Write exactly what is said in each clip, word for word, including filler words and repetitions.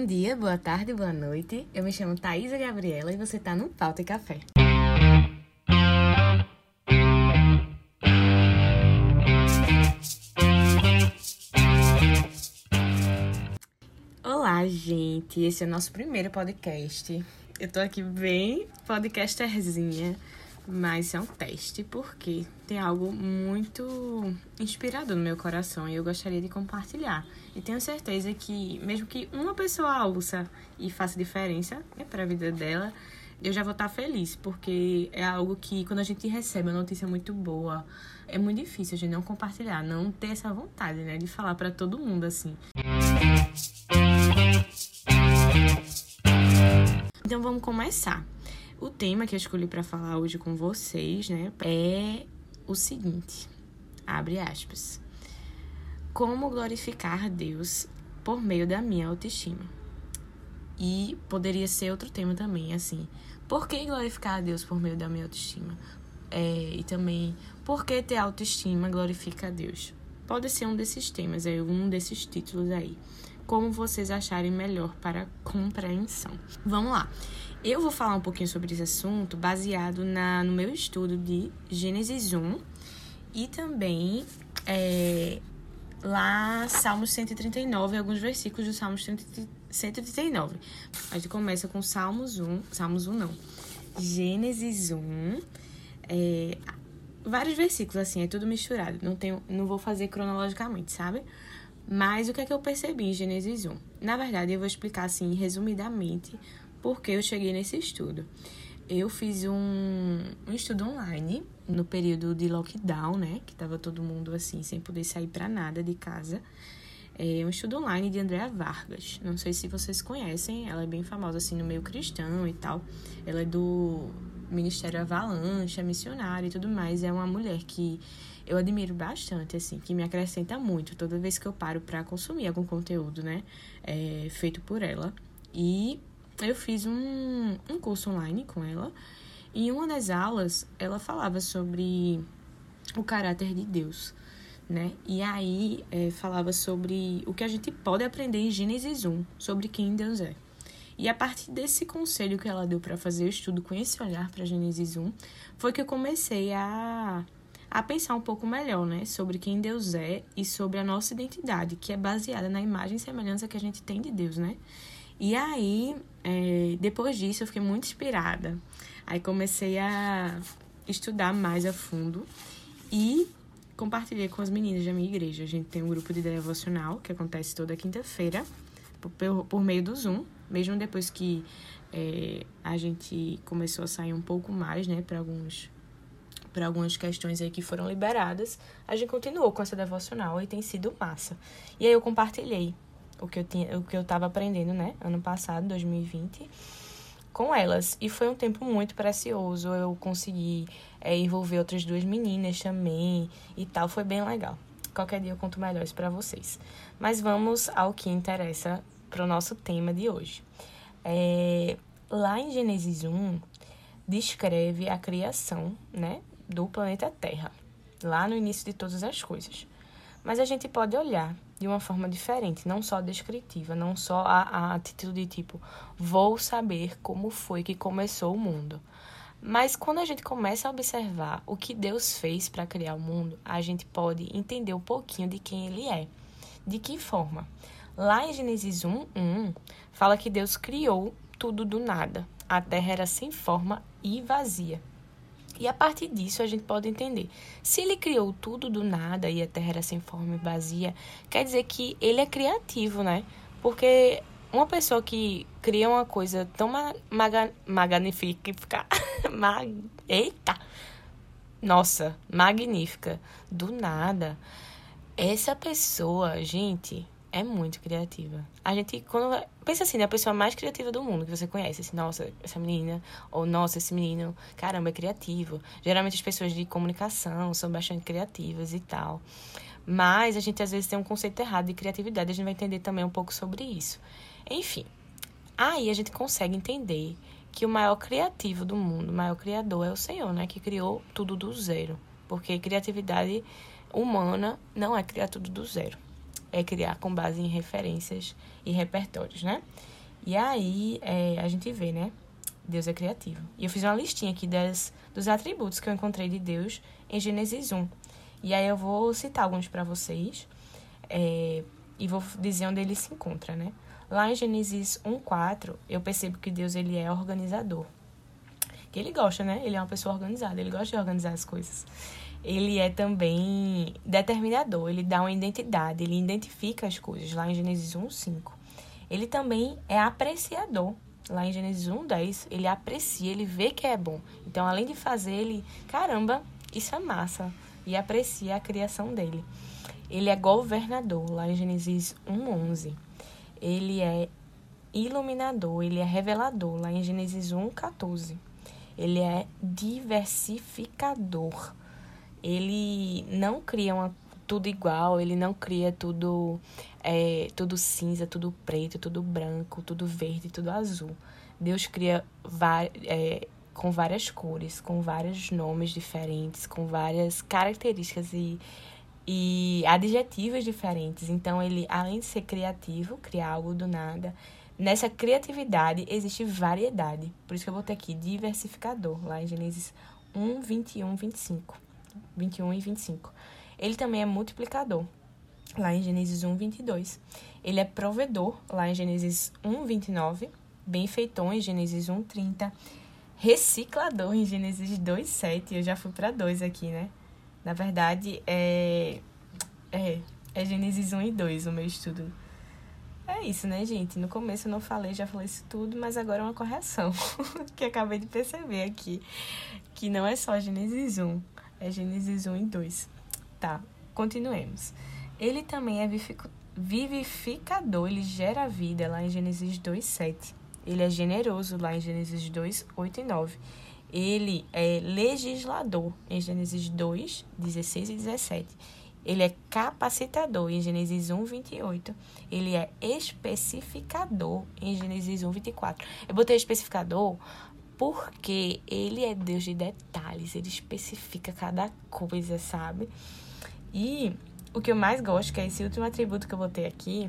Bom dia, boa tarde, boa noite. Eu me chamo Thaisa Gabriela e você tá no Pauta e Café. Olá, gente. Esse é o nosso primeiro podcast. Eu tô aqui bem podcasterzinha, mas é um teste porque tem algo muito inspirador no meu coração e eu gostaria de compartilhar. E tenho certeza que, mesmo que uma pessoa ouça e faça diferença, né, para a vida dela, eu já vou estar feliz, porque é algo que, quando a gente recebe uma notícia muito boa, é muito difícil a gente não compartilhar, não ter essa vontade, né, de falar para todo mundo, assim. Então, vamos começar. O tema que eu escolhi para falar hoje com vocês, né, é o seguinte, abre aspas, como glorificar Deus por meio da minha autoestima. E poderia ser outro tema também, assim, por que glorificar a Deus por meio da minha autoestima? É, e também, por que ter autoestima glorifica a Deus? Pode ser um desses temas, aí, um desses títulos aí. Como vocês acharem melhor para compreensão. Vamos lá. Eu vou falar um pouquinho sobre esse assunto baseado na, no meu estudo de Gênesis um e também é, lá Salmos cento e trinta e nove, alguns versículos do Salmos cento e trinta e nove. A gente começa com Salmos um, Salmos um não, Gênesis um, é, vários versículos assim, é tudo misturado, não, tenho, não vou fazer cronologicamente, sabe? Mas o que é que eu percebi em Gênesis um? Na verdade, eu vou explicar assim, resumidamente, porque eu cheguei nesse estudo. Eu fiz um, um estudo online no período de lockdown, né? Que tava todo mundo assim, sem poder sair pra nada de casa. É um estudo online de Andréa Vargas. Não sei se vocês conhecem, ela é bem famosa assim no meio cristão e tal. Ela é do Ministério Avalanche, é missionária e tudo mais. É uma mulher que eu admiro bastante, assim, que me acrescenta muito toda vez que eu paro pra consumir algum conteúdo, né? É, feito por ela. E eu fiz um, um curso online com ela. E em uma das aulas, ela falava sobre o caráter de Deus, né? E aí, é, falava sobre o que a gente pode aprender em Gênesis um, sobre quem Deus é. E a partir desse conselho que ela deu para fazer o estudo com esse olhar para Gênesis um, foi que eu comecei a, a pensar um pouco melhor, né? Sobre quem Deus é e sobre a nossa identidade, que é baseada na imagem e semelhança que a gente tem de Deus, né? E aí, é, depois disso, eu fiquei muito inspirada. Aí comecei a estudar mais a fundo e compartilhei com as meninas da minha igreja. A gente tem um grupo de devocional que acontece toda quinta-feira, por, por meio do Zoom, mesmo depois que é, a gente começou a sair um pouco mais, né, para alguns, para algumas questões aí que foram liberadas, a gente continuou com essa devocional e tem sido massa. E aí eu compartilhei o que eu tinha, o que eu estava aprendendo, né, ano passado, dois mil e vinte, com elas. E foi um tempo muito precioso, eu consegui é, envolver outras duas meninas também e tal, foi bem legal. Qualquer dia eu conto melhor isso para vocês. Mas vamos ao que interessa para o nosso tema de hoje. É, lá em Gênesis um, descreve a criação, né, do planeta Terra, lá no início de todas as coisas. Mas a gente pode olhar de uma forma diferente, não só descritiva, não só a, a título de tipo, vou saber como foi que começou o mundo. Mas quando a gente começa a observar o que Deus fez para criar o mundo, a gente pode entender um pouquinho de quem Ele é. De que forma? Lá em Gênesis um, um, fala que Deus criou tudo do nada. A terra era sem forma e vazia. E a partir disso a gente pode entender. Se ele criou tudo do nada e a terra era sem forma e vazia, quer dizer que ele é criativo, né? Porque uma pessoa que cria uma coisa tão maga, magnífica... mag, eita! Nossa, magnífica, do nada. Essa pessoa, gente, é muito criativa. A gente, quando... Pensa assim, né? A pessoa mais criativa do mundo que você conhece. Assim, nossa, essa menina. Ou, nossa, esse menino, caramba, é criativo. Geralmente as pessoas de comunicação são bastante criativas e tal. Mas a gente, às vezes, tem um conceito errado de criatividade. A gente vai entender também um pouco sobre isso. Enfim. Aí a gente consegue entender que o maior criativo do mundo, o maior criador é o Senhor, né? Que criou tudo do zero. Porque criatividade humana não é criar tudo do zero. é criar com base em referências e repertórios, né? E aí, é, a gente vê, né? Deus é criativo. E eu fiz uma listinha aqui das, dos atributos que eu encontrei de Deus em Gênesis um. E aí eu vou citar alguns para vocês é, e vou dizer onde ele se encontra, né? Lá em Gênesis um, quatro, eu percebo que Deus ele é organizador. Que ele gosta, né? Ele é uma pessoa organizada, ele gosta de organizar as coisas. Ele é também determinador, ele dá uma identidade, ele identifica as coisas, lá em Gênesis um, cinco. Ele também é apreciador. Lá em Gênesis um, dez, ele aprecia, ele vê que é bom. Então, além de fazer, ele, caramba, isso é massa. E aprecia a criação dele. Ele é governador, lá em Gênesis um, onze. Ele é iluminador, ele é revelador, lá em Gênesis um, catorze. Ele é diversificador. Ele não cria uma, tudo igual, ele não cria tudo, é, tudo cinza, tudo preto, tudo branco, tudo verde, tudo azul. Deus cria é, com várias cores, com vários nomes diferentes, com várias características e, e adjetivos diferentes. Então, ele, além de ser criativo, criar algo do nada, nessa criatividade existe variedade. Por isso que eu botei aqui diversificador, lá em Gênesis um, vinte e um, vinte e cinco. vinte e um e vinte e cinco. Ele também é multiplicador, lá em Gênesis um, vinte e dois. Ele é provedor, lá em Gênesis um, vinte e nove. Benfeitor, em Gênesis um, trinta. Reciclador, em Gênesis dois, sete. Eu já fui para dois aqui, né? Na verdade, é... É, é Gênesis um e dois o meu estudo. É isso, né, gente? No começo eu não falei, já falei isso tudo, mas agora é uma correção que acabei de perceber aqui. Que não é só Gênesis um, é Gênesis um e dois. Tá, continuemos. Ele também é vivificador, ele gera vida, lá em Gênesis dois, sete. Ele é generoso, lá em Gênesis dois, oito e nove. Ele é legislador, em Gênesis dois, dezesseis e dezessete. Ele é capacitador, em Gênesis um, vinte e oito. Ele é especificador, em Gênesis um, vinte e quatro. Eu botei especificador porque ele é Deus de detalhes, ele especifica cada coisa, sabe? E o que eu mais gosto, que é esse último atributo que eu botei aqui,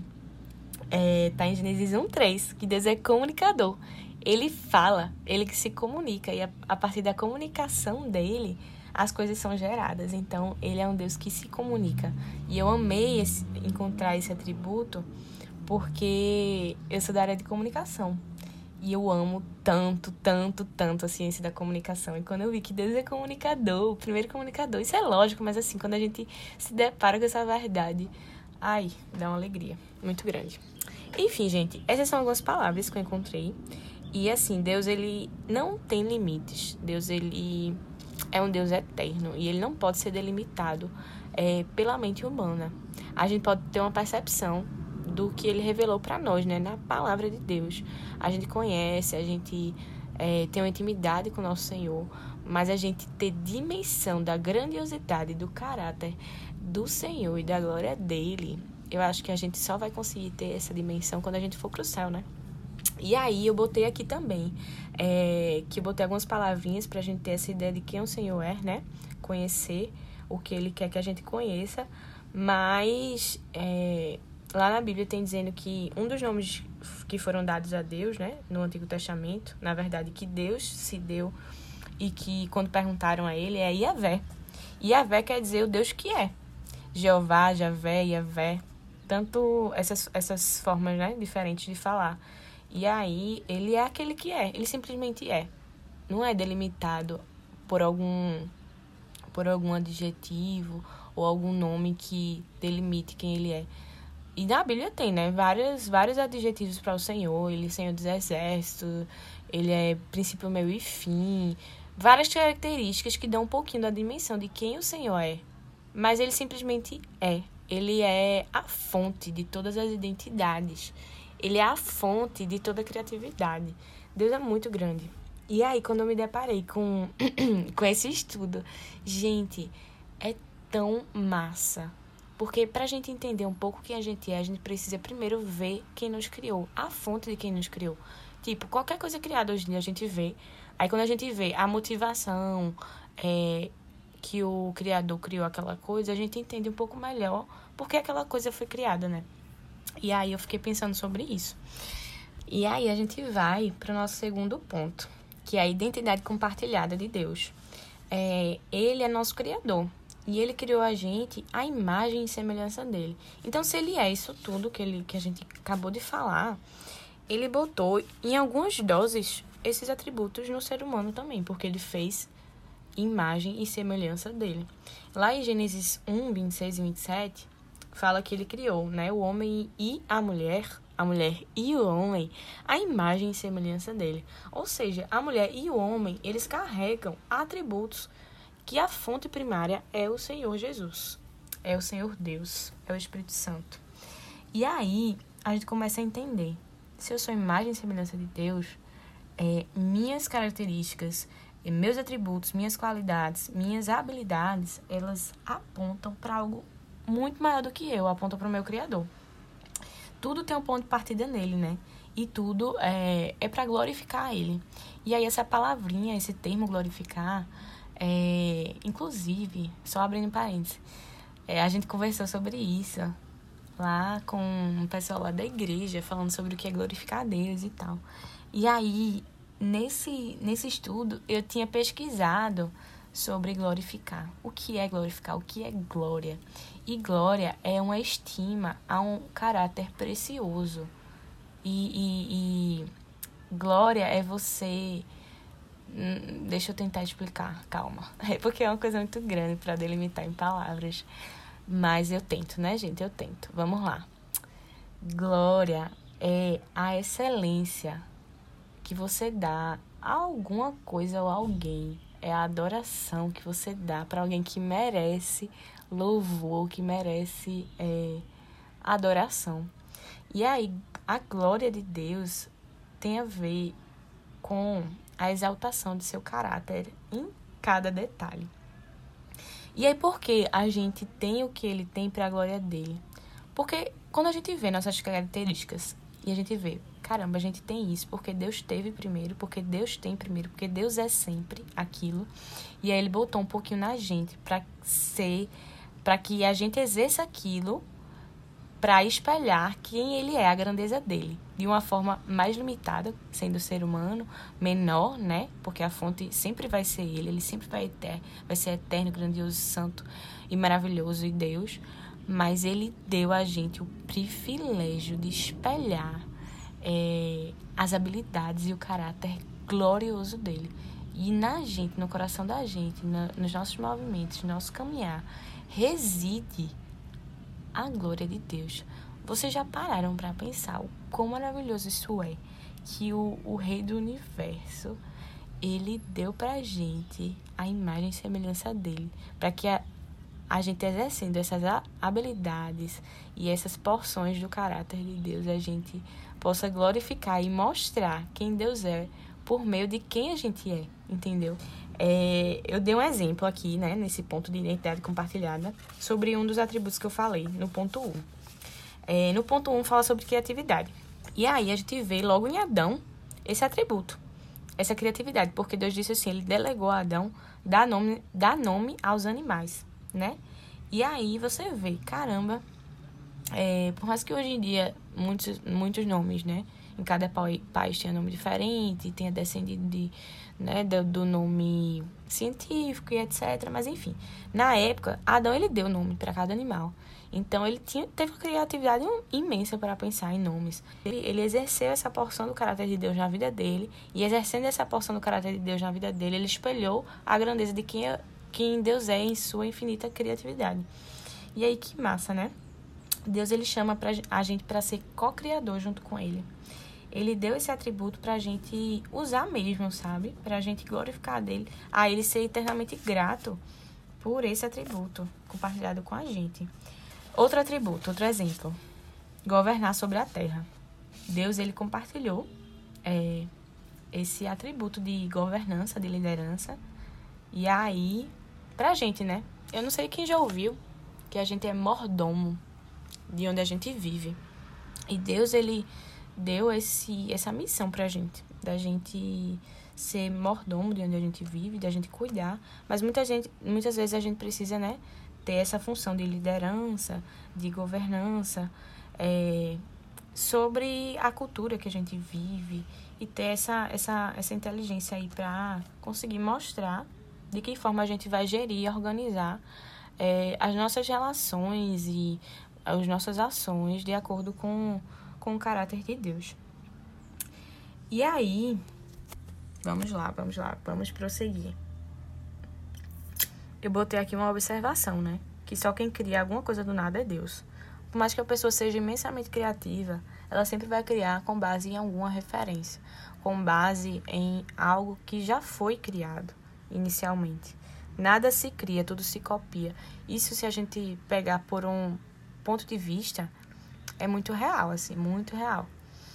é, tá em Gênesis um, três, que Deus é comunicador. Ele fala, ele que se comunica, e a, a partir da comunicação dele, as coisas são geradas. Então, ele é um Deus que se comunica. E eu amei esse, encontrar esse atributo porque eu sou da área de comunicação. E eu amo tanto, tanto, tanto a ciência da comunicação. E quando eu vi que Deus é comunicador, o primeiro comunicador, isso é lógico, mas assim, quando a gente se depara com essa verdade, ai, dá uma alegria muito grande. Enfim, gente, essas são algumas palavras que eu encontrei. E assim, Deus, ele não tem limites. Deus, ele é um Deus eterno e ele não pode ser delimitado é, pela mente humana. A gente pode ter uma percepção do que ele revelou para nós, né? Na palavra de Deus. A gente conhece, a gente é, tem uma intimidade com o nosso Senhor, mas a gente ter dimensão da grandiosidade, do caráter do Senhor e da glória dele, eu acho que a gente só vai conseguir ter essa dimensão quando a gente for pro céu, né? E aí eu botei aqui também, é, que eu botei algumas palavrinhas pra gente ter essa ideia de quem o Senhor é, né? Conhecer o que ele quer que a gente conheça, mas é, lá na Bíblia tem dizendo que um dos nomes que foram dados a Deus, né? No Antigo Testamento, na verdade, que Deus se deu e que quando perguntaram a ele é Iavé. Iavé quer dizer o Deus que é. Jeová, Javé, Iavé, tanto essas, essas formas, né, diferentes de falar. E aí, ele é aquele que é, ele simplesmente é. Não é delimitado por algum, por algum adjetivo ou algum nome que delimite quem ele é. E na Bíblia tem, né, vários, vários adjetivos para o Senhor. Ele é Senhor dos Exércitos, ele é princípio, meio e fim. Várias características que dão um pouquinho da dimensão de quem o Senhor é. Mas ele simplesmente é. Ele é a fonte de todas as identidades. Ele é a fonte de toda a criatividade. Deus é muito grande. E aí, quando eu me deparei com, com esse estudo, gente, é tão massa. Porque pra gente entender um pouco quem a gente é, a gente precisa primeiro ver quem nos criou, a fonte de quem nos criou. Tipo, qualquer coisa criada hoje em dia a gente vê. Aí quando a gente vê a motivação, é, que o Criador criou aquela coisa, a gente entende um pouco melhor por que aquela coisa foi criada, né? E aí eu fiquei pensando sobre isso. E aí a gente vai para o nosso segundo ponto, que é a identidade compartilhada de Deus. É, ele é nosso Criador. E ele criou a gente à imagem e semelhança dele. Então, se ele é isso tudo que, ele, que a gente acabou de falar, ele botou em algumas doses esses atributos no ser humano também, porque ele fez imagem e semelhança dele. Lá em Gênesis um, vinte e seis e vinte e sete, fala que ele criou, né, o homem e a mulher, a mulher e o homem, a imagem e semelhança dele. Ou seja, a mulher e o homem, eles carregam atributos que a fonte primária é o Senhor Jesus, é o Senhor Deus, é o Espírito Santo. E aí, a gente começa a entender, se eu sou imagem e semelhança de Deus, é, minhas características, meus atributos, minhas qualidades, minhas habilidades, elas apontam para algo muito maior do que eu, apontam para o meu Criador. Tudo tem um ponto de partida nele, né? E tudo é, é para glorificar ele. E aí, essa palavrinha, esse termo glorificar, É, inclusive, só abrindo parênteses, é, a gente conversou sobre isso lá com um pessoal lá da igreja, falando sobre o que é glorificar a Deus e tal. E aí, nesse, nesse estudo, eu tinha pesquisado sobre glorificar. O que é glorificar? O que é glória? E glória é uma estima a um caráter precioso. E, e, e glória é você... Deixa eu tentar explicar, calma. É porque é uma coisa muito grande para delimitar em palavras. Mas eu tento, né, gente? Eu tento. Vamos lá. Glória é a excelência que você dá a alguma coisa ou alguém. É a adoração que você dá para alguém que merece louvor, que merece é, adoração. E aí, a glória de Deus tem a ver com a exaltação de seu caráter em cada detalhe. E aí, por que a gente tem o que ele tem para a glória dele? Porque quando a gente vê nossas características e a gente vê, caramba, a gente tem isso porque Deus teve primeiro, porque Deus tem primeiro, porque Deus é sempre aquilo. E aí ele botou um pouquinho na gente para ser, para que a gente exerça aquilo, para espelhar quem ele é, a grandeza dele, de uma forma mais limitada, sendo ser humano, menor, né? Porque a fonte sempre vai ser ele, ele sempre vai, ter, vai ser eterno, grandioso, santo e maravilhoso e Deus, mas ele deu a gente o privilégio de espelhar é, as habilidades e o caráter glorioso dele. E na gente, no coração da gente, na, nos nossos movimentos, no nosso caminhar, reside a glória de Deus. Vocês já pararam para pensar o quão maravilhoso isso é? Que o, o Rei do Universo, ele deu pra gente a imagem e semelhança dele, para que a, a gente exercendo essas habilidades e essas porções do caráter de Deus, a gente possa glorificar e mostrar quem Deus é por meio de quem a gente é, entendeu? É, eu dei um exemplo aqui, né, nesse ponto de identidade compartilhada, sobre um dos atributos que eu falei, no ponto um. É, no ponto um fala sobre criatividade. E aí a gente vê logo em Adão esse atributo, essa criatividade, porque Deus disse assim, ele delegou a Adão dar nome, dar nome aos animais, né? E aí você vê, caramba, é, por mais que hoje em dia muitos, muitos nomes, né? Em cada país tinha nome diferente, tenha descendido de, né, do, do nome científico e etcétera. Mas, enfim, na época, Adão ele deu nome para cada animal. Então, ele tinha, teve uma criatividade imensa para pensar em nomes. Ele, ele exerceu essa porção do caráter de Deus na vida dele. E, exercendo essa porção do caráter de Deus na vida dele, ele espelhou a grandeza de quem, é, quem Deus é em sua infinita criatividade. E aí, que massa, né? Deus, ele chama pra, a gente para ser co-criador junto com ele. Ele deu esse atributo pra gente usar mesmo, sabe? Pra gente glorificar dele. A ele ser eternamente grato por esse atributo compartilhado com a gente. Outro atributo, outro exemplo. Governar sobre a terra. Deus, ele compartilhou é, esse atributo de governança, de liderança. E aí, pra gente, né? Eu não sei quem já ouviu que a gente é mordomo de onde a gente vive. E Deus, ele deu esse, essa missão pra gente, da gente ser mordomo de onde a gente vive, de a gente cuidar. Mas muita gente, muitas vezes a gente precisa, né, ter essa função de liderança, de governança, é, sobre a cultura que a gente vive e ter essa, essa, essa inteligência aí para conseguir mostrar de que forma a gente vai gerir e organizar é, as nossas relações e as nossas ações de acordo com, com o caráter de Deus. E aí, vamos lá, vamos lá, vamos prosseguir. Eu botei aqui uma observação, né? Que só quem cria alguma coisa do nada é Deus. Por mais que a pessoa seja imensamente criativa, ela sempre vai criar com base em alguma referência, com base em algo que já foi criado inicialmente. Nada se cria, tudo se copia. Isso, se a gente pegar por um ponto de vista, é muito real, assim, muito real.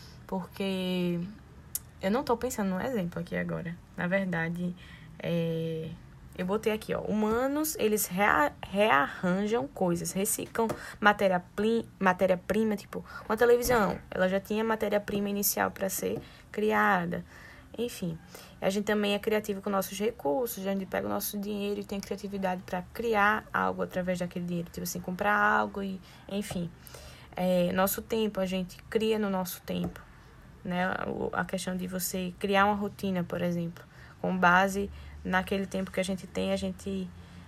Porque eu não estou pensando num exemplo aqui agora. Na verdade, é... eu botei aqui, ó, humanos, eles rea- rearranjam coisas, reciclam matéria-prima, matéria-prima, tipo, uma televisão, ela já tinha matéria-prima inicial para ser criada. Enfim, a gente também é criativo com nossos recursos, a gente pega o nosso dinheiro e tem criatividade para criar algo através daquele dinheiro, tipo assim, comprar algo e, enfim. É, nosso tempo, a gente cria no nosso tempo, né? A questão de você criar uma rotina, por exemplo, com base naquele tempo que a gente tem, a gente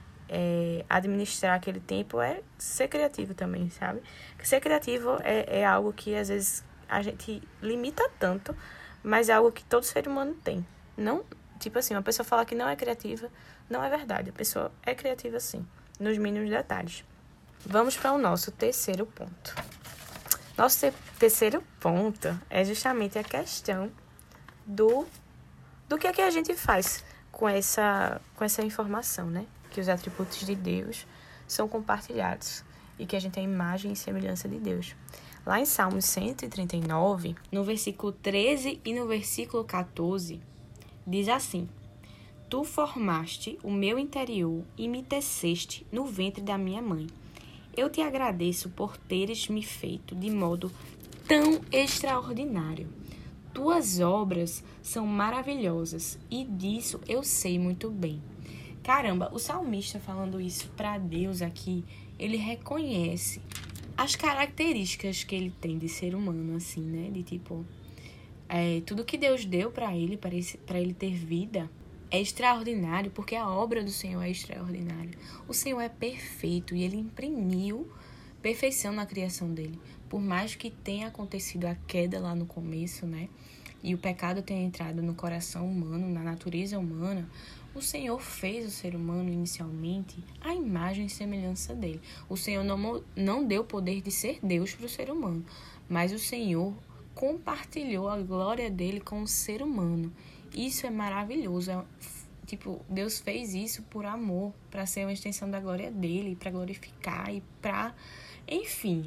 é, administrar aquele tempo é ser criativo também, sabe? Ser criativo é, é algo que às vezes a gente limita tanto, mas é algo que todo ser humano tem. Não, tipo assim, uma pessoa fala que não é criativa, não é verdade. A pessoa é criativa sim, nos mínimos detalhes. Vamos para o nosso terceiro ponto. Nosso ter- terceiro ponto é justamente a questão do, do que é que a gente faz com essa, com essa informação, né? Que os atributos de Deus são compartilhados e que a gente é a imagem e semelhança de Deus. Lá em Salmos cento e trinta e nove, no versículo treze e no versículo catorze, diz assim: Tu formaste o meu interior e me teceste no ventre da minha mãe. Eu te agradeço por teres me feito de modo tão extraordinário. Tuas obras são maravilhosas e disso eu sei muito bem. Caramba, o salmista falando isso para Deus aqui, ele reconhece as características que ele tem de ser humano, assim, né? De tipo, é, tudo que Deus deu para ele, para ele ter vida, é extraordinário, porque a obra do Senhor é extraordinária. O Senhor é perfeito e ele imprimiu perfeição na criação dele. Por mais que tenha acontecido a queda lá no começo, né? E o pecado tenha entrado no coração humano, na natureza humana, o Senhor fez o ser humano inicialmente à imagem e semelhança dele. O Senhor não, não deu o poder de ser Deus para o ser humano, mas o Senhor compartilhou a glória dele com o ser humano. Isso é maravilhoso. É, tipo, Deus fez isso por amor, para ser uma extensão da glória dele, para glorificar e para, enfim,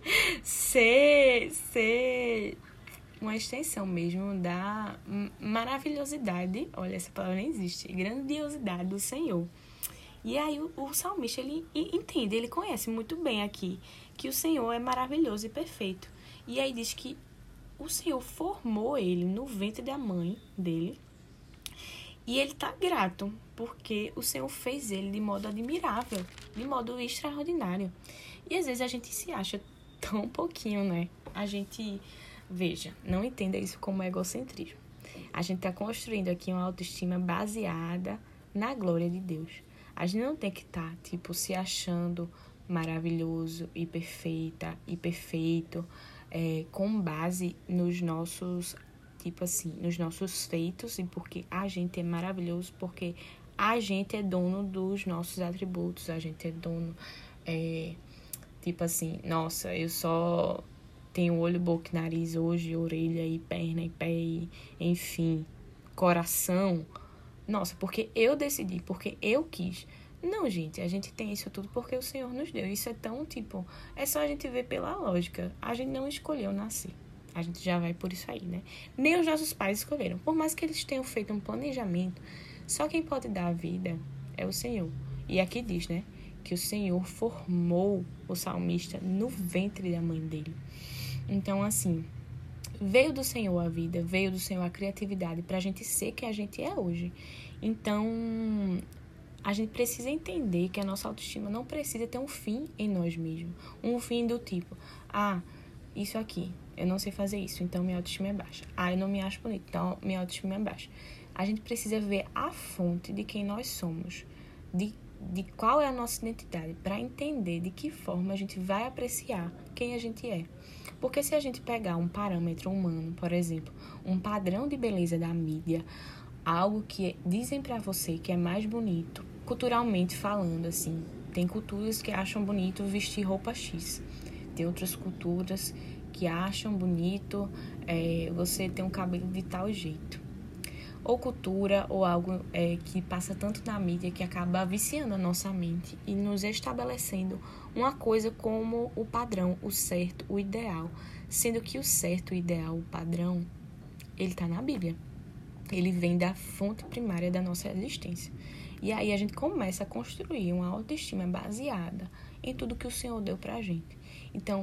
ser, ser uma extensão mesmo da maravilhosidade, olha, essa palavra nem existe, grandiosidade do Senhor. E aí o, o salmista, ele entende, ele conhece muito bem aqui que o Senhor é maravilhoso e perfeito. E aí diz que o Senhor formou ele no ventre da mãe dele e ele tá grato porque o Senhor fez ele de modo admirável, de modo extraordinário. E às vezes a gente se acha tão pouquinho, né? A gente... Veja, não entenda isso como egocentrismo. A gente está construindo aqui uma autoestima baseada na glória de Deus. A gente não tem que estar, tá, tipo, se achando maravilhoso e perfeita e perfeito, é, com base nos nossos, tipo assim, nos nossos feitos e porque a gente é maravilhoso, porque a gente é dono dos nossos atributos, a gente é dono, é, tipo assim, nossa, eu só... tenho olho, boca e nariz hoje, orelha e perna e pé, e, enfim, coração. Nossa, porque eu decidi, porque eu quis. Não, gente, a gente tem isso tudo porque o Senhor nos deu. Isso é tão, tipo, é só a gente ver pela lógica. A gente não escolheu nascer. A gente já vai por isso aí, né? Nem os nossos pais escolheram. Por mais que eles tenham feito um planejamento, só quem pode dar a vida é o Senhor. E aqui diz, né? Que o Senhor formou o salmista no ventre da mãe dele. Então, assim, veio do Senhor a vida, veio do Senhor a criatividade pra gente ser quem a gente é hoje. Então, a gente precisa entender que a nossa autoestima não precisa ter um fim em nós mesmos. Um fim do tipo, ah, isso aqui, eu não sei fazer isso, então minha autoestima é baixa. Ah, eu não me acho bonita, então minha autoestima é baixa. A gente precisa ver a fonte de quem nós somos, de, de qual é a nossa identidade, para entender de que forma a gente vai apreciar quem a gente é. Porque se a gente pegar um parâmetro humano, por exemplo, um padrão de beleza da mídia, algo que dizem pra você que é mais bonito, culturalmente falando, assim, tem culturas que acham bonito vestir roupa X, tem outras culturas que acham bonito é, você ter um cabelo de tal jeito. Ou cultura, ou algo é, que passa tanto na mídia que acaba viciando a nossa mente e nos estabelecendo uma coisa como o padrão, o certo, o ideal. Sendo que o certo, o ideal, o padrão, ele está na Bíblia. Ele vem da fonte primária da nossa existência. E aí a gente começa a construir uma autoestima baseada em tudo que o Senhor deu pra gente. Então,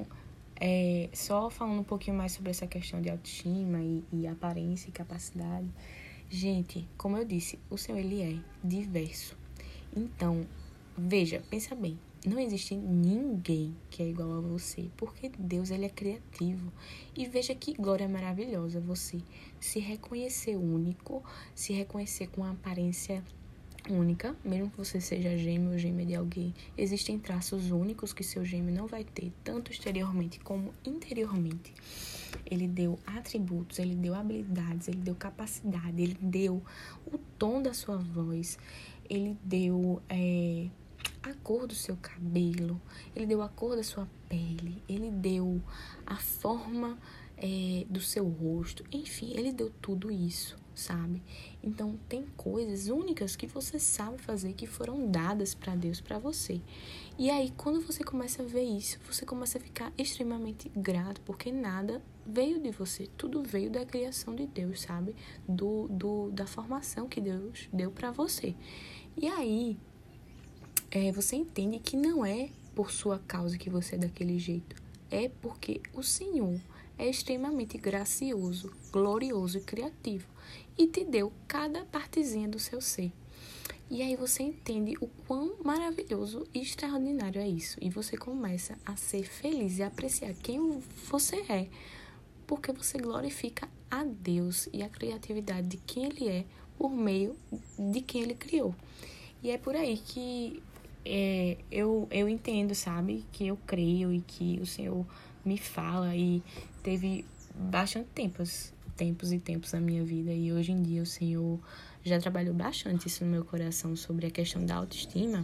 é, só falando um pouquinho mais sobre essa questão de autoestima e, e aparência e capacidade. Gente, como eu disse, o Senhor, ele é diverso. Então, veja, pensa bem. Não existe ninguém que é igual a você, porque Deus, ele é criativo. E veja que glória maravilhosa você se reconhecer único, se reconhecer com uma aparência única, mesmo que você seja gêmeo ou gêmea de alguém. Existem traços únicos que seu gêmeo não vai ter, tanto exteriormente como interiormente. Ele deu atributos, ele deu habilidades, ele deu capacidade, ele deu o tom da sua voz, ele deu é, a cor do seu cabelo, ele deu a cor da sua pele, ele deu a forma é, do seu rosto, enfim, ele deu tudo isso, sabe? Então, tem coisas únicas que você sabe fazer, que foram dadas para Deus, para você. E aí, quando você começa a ver isso, você começa a ficar extremamente grato, porque nada veio de você, tudo veio da criação de Deus, sabe? Do, do, da formação que Deus deu para você. E aí, é, você entende que não é por sua causa que você é daquele jeito, é porque o Senhor é extremamente gracioso, glorioso e criativo e te deu cada partezinha do seu ser. E aí você entende o quão maravilhoso e extraordinário é isso. E você começa a ser feliz e a apreciar quem você é, porque você glorifica a Deus e a criatividade de quem Ele é por meio de quem Ele criou. E é por aí que é, eu, eu entendo, sabe? Que eu creio e que o Senhor me fala. E teve bastante tempos, tempos e tempos na minha vida. E hoje em dia o Senhor já trabalhou bastante isso no meu coração sobre a questão da autoestima.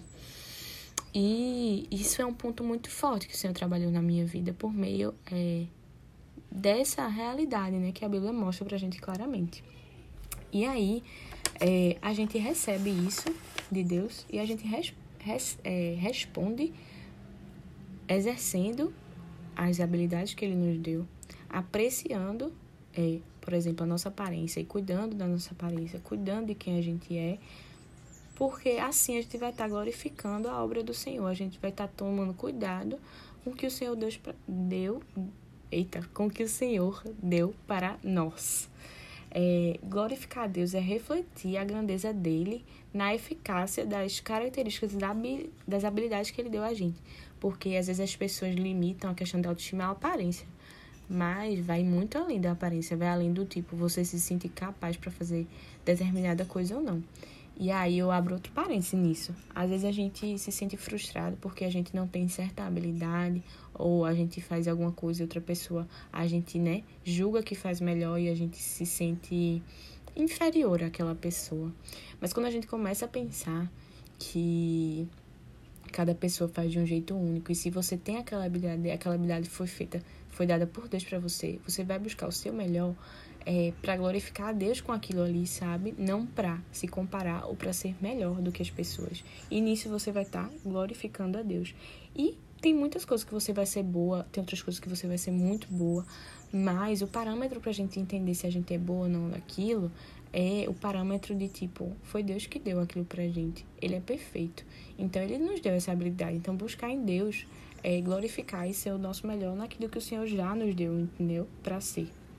E isso é um ponto muito forte que o Senhor trabalhou na minha vida por meio é, dessa realidade, né? Que a Bíblia mostra pra gente claramente. E aí, é, a gente recebe isso de Deus e a gente res, res, é, responde exercendo as habilidades que Ele nos deu, apreciando, é, por exemplo, a nossa aparência e cuidando da nossa aparência, cuidando de quem a gente é, porque assim a gente vai estar glorificando a obra do Senhor, a gente vai estar tomando cuidado com o que o Senhor Deus deu, eita, com o que o Senhor deu para nós. É, glorificar a Deus é refletir a grandeza dele na eficácia das características das habilidades que ele deu a gente. Porque às vezes as pessoas limitam a questão da autoestima à aparência, mas vai muito além da aparência, vai além do tipo você se sentir capaz para fazer determinada coisa ou não. E aí eu abro outro parênteses nisso. Às vezes a gente se sente frustrado porque a gente não tem certa habilidade, ou a gente faz alguma coisa e outra pessoa, a gente, né, julga que faz melhor e a gente se sente inferior àquela pessoa. Mas quando a gente começa a pensar que cada pessoa faz de um jeito único, e se você tem aquela habilidade, aquela habilidade foi feita, foi dada por Deus para você, você vai buscar o seu melhor, É, para glorificar a Deus com aquilo ali, sabe? Não para se comparar ou para ser melhor do que as pessoas. E nisso você vai estar tá glorificando a Deus. E tem muitas coisas que você vai ser boa, tem outras coisas que você vai ser muito boa, mas o parâmetro pra gente entender se a gente é boa ou não naquilo é o parâmetro de tipo, foi Deus que deu aquilo pra gente. Ele é perfeito. Então ele nos deu essa habilidade. Então buscar em Deus é glorificar e ser o nosso melhor naquilo que o Senhor já nos deu, entendeu? Pra ser.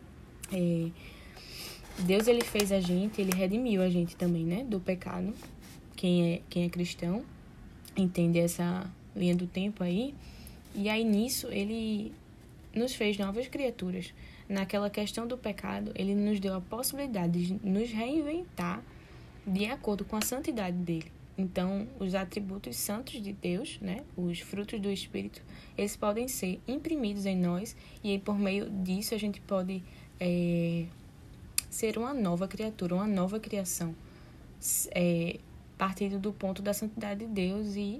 É, Deus, ele fez a gente, ele redimiu a gente também, né? Do pecado. Quem é, quem é cristão entende essa linha do tempo aí. E aí, nisso, ele nos fez novas criaturas. Naquela questão do pecado, ele nos deu a possibilidade de nos reinventar de acordo com a santidade dele. Então, os atributos santos de Deus, né, os frutos do Espírito, eles podem ser imprimidos em nós e aí, por meio disso a gente pode é, ser uma nova criatura, uma nova criação, é, partindo do ponto da santidade de Deus e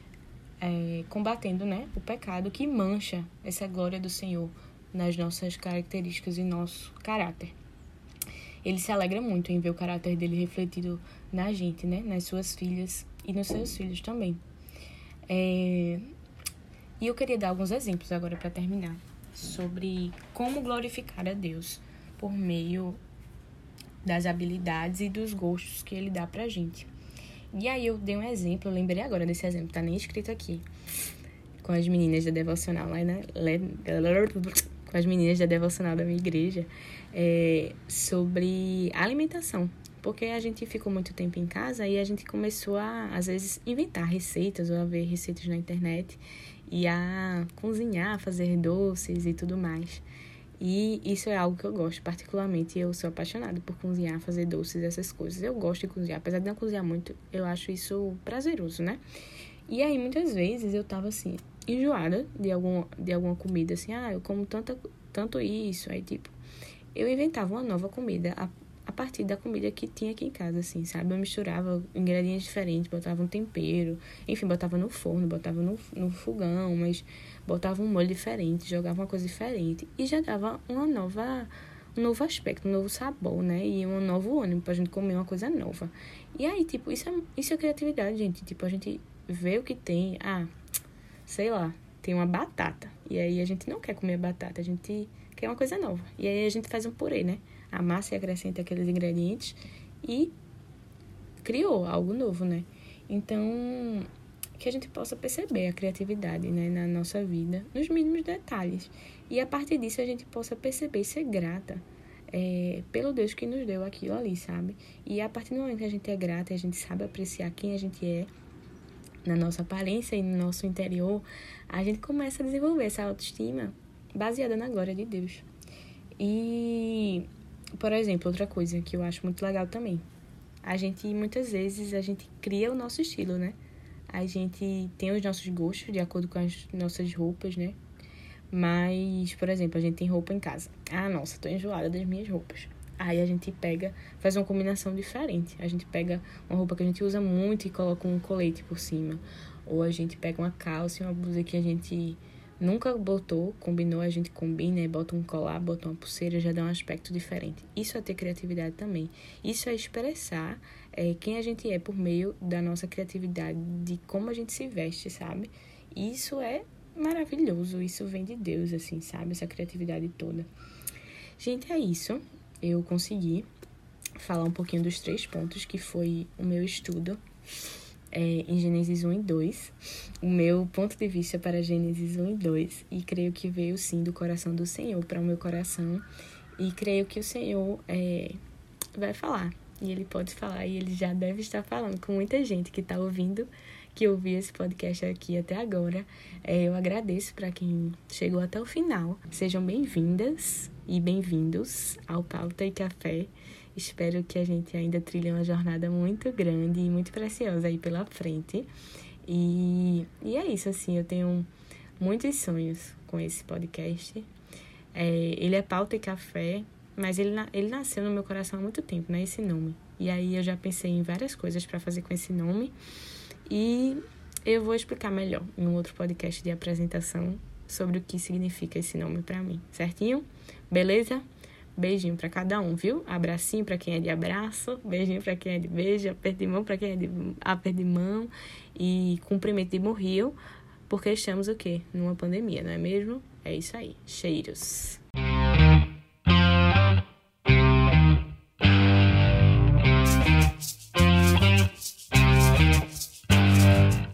é, combatendo, né, o pecado que mancha essa glória do Senhor nas nossas características e nosso caráter. Ele se alegra muito em ver o caráter dele refletido na gente, né? Nas suas filhas e nos seus filhos também. É... E eu queria dar alguns exemplos agora para terminar sobre como glorificar a Deus por meio das habilidades e dos gostos que ele dá pra gente. E aí eu dei um exemplo, eu lembrei agora desse exemplo, tá nem escrito aqui, com as meninas da devocional lá, né? com as meninas da devocional da minha igreja, é, sobre alimentação. Porque a gente ficou muito tempo em casa e a gente começou a, às vezes, inventar receitas ou a ver receitas na internet e a cozinhar, fazer doces e tudo mais. E isso é algo que eu gosto particularmente. Eu sou apaixonada por cozinhar, fazer doces, essas coisas. Eu gosto de cozinhar, apesar de não cozinhar muito, eu acho isso prazeroso, né? E aí, muitas vezes, eu tava assim, enjoada de, algum, de alguma comida, assim, ah, eu como tanta, tanto isso, aí, tipo, eu inventava uma nova comida a, a partir da comida que tinha aqui em casa, assim, sabe? Eu misturava ingredientes diferentes, botava um tempero, enfim, botava no forno, botava no, no fogão, mas botava um molho diferente, jogava uma coisa diferente, e já dava uma nova, um novo aspecto, um novo sabor, né? E um novo ânimo pra gente comer uma coisa nova. E aí, tipo, isso é, isso é criatividade, gente, tipo, a gente vê o que tem, ah, sei lá, tem uma batata. E aí a gente não quer comer batata, a gente quer uma coisa nova. E aí a gente faz um purê, né? Amassa e acrescenta aqueles ingredientes e criou algo novo, né? Então, que a gente possa perceber a criatividade, né, na nossa vida, nos mínimos detalhes. E a partir disso a gente possa perceber e ser grata é, pelo Deus que nos deu aquilo ali, sabe? E a partir do momento que a gente é grata e a gente sabe apreciar quem a gente é, na nossa aparência e no nosso interior, a gente começa a desenvolver essa autoestima baseada na glória de Deus. E, por exemplo, outra coisa que eu acho muito legal também, a gente, muitas vezes, a gente cria o nosso estilo, né? A gente tem os nossos gostos de acordo com as nossas roupas, né? Mas, por exemplo, a gente tem roupa em casa. Ah, nossa, tô enjoada das minhas roupas. Aí a gente pega, faz uma combinação diferente. A gente pega uma roupa que a gente usa muito e coloca um colete por cima. Ou a gente pega uma calça e uma blusa que a gente nunca botou, combinou, a gente combina e bota um colar, bota uma pulseira, já dá um aspecto diferente. Isso é ter criatividade também. Isso é expressar é, quem a gente é por meio da nossa criatividade, de como a gente se veste, sabe? Isso é maravilhoso, isso vem de Deus, assim, sabe? Essa criatividade toda. Gente, é isso. Eu consegui falar um pouquinho dos três pontos que foi o meu estudo é, em Gênesis um e dois, o meu ponto de vista para Gênesis um e dois, e creio que veio sim do coração do Senhor para o meu coração, e creio que o Senhor é, vai falar, e Ele pode falar, e Ele já deve estar falando com muita gente que está ouvindo, que ouviu esse podcast aqui até agora. É, eu agradeço para quem chegou até o final. Sejam bem-vindas e bem-vindos ao Pauta e Café. Espero que a gente ainda trilhe uma jornada muito grande e muito preciosa aí pela frente. E, e é isso, assim, eu tenho muitos sonhos com esse podcast. É, ele é Pauta e Café, mas ele, ele nasceu no meu coração há muito tempo, né, esse nome. E aí eu já pensei em várias coisas para fazer com esse nome. E eu vou explicar melhor em um outro podcast de apresentação sobre o que significa esse nome pra mim, certinho? Beleza? Beijinho pra cada um, viu? Abracinho pra quem é de abraço, beijinho pra quem é de beijo, aperto de mão pra quem é de aperto de mão e cumprimento de morril, porque estamos o quê? Numa pandemia, não é mesmo? É isso aí. Cheiros.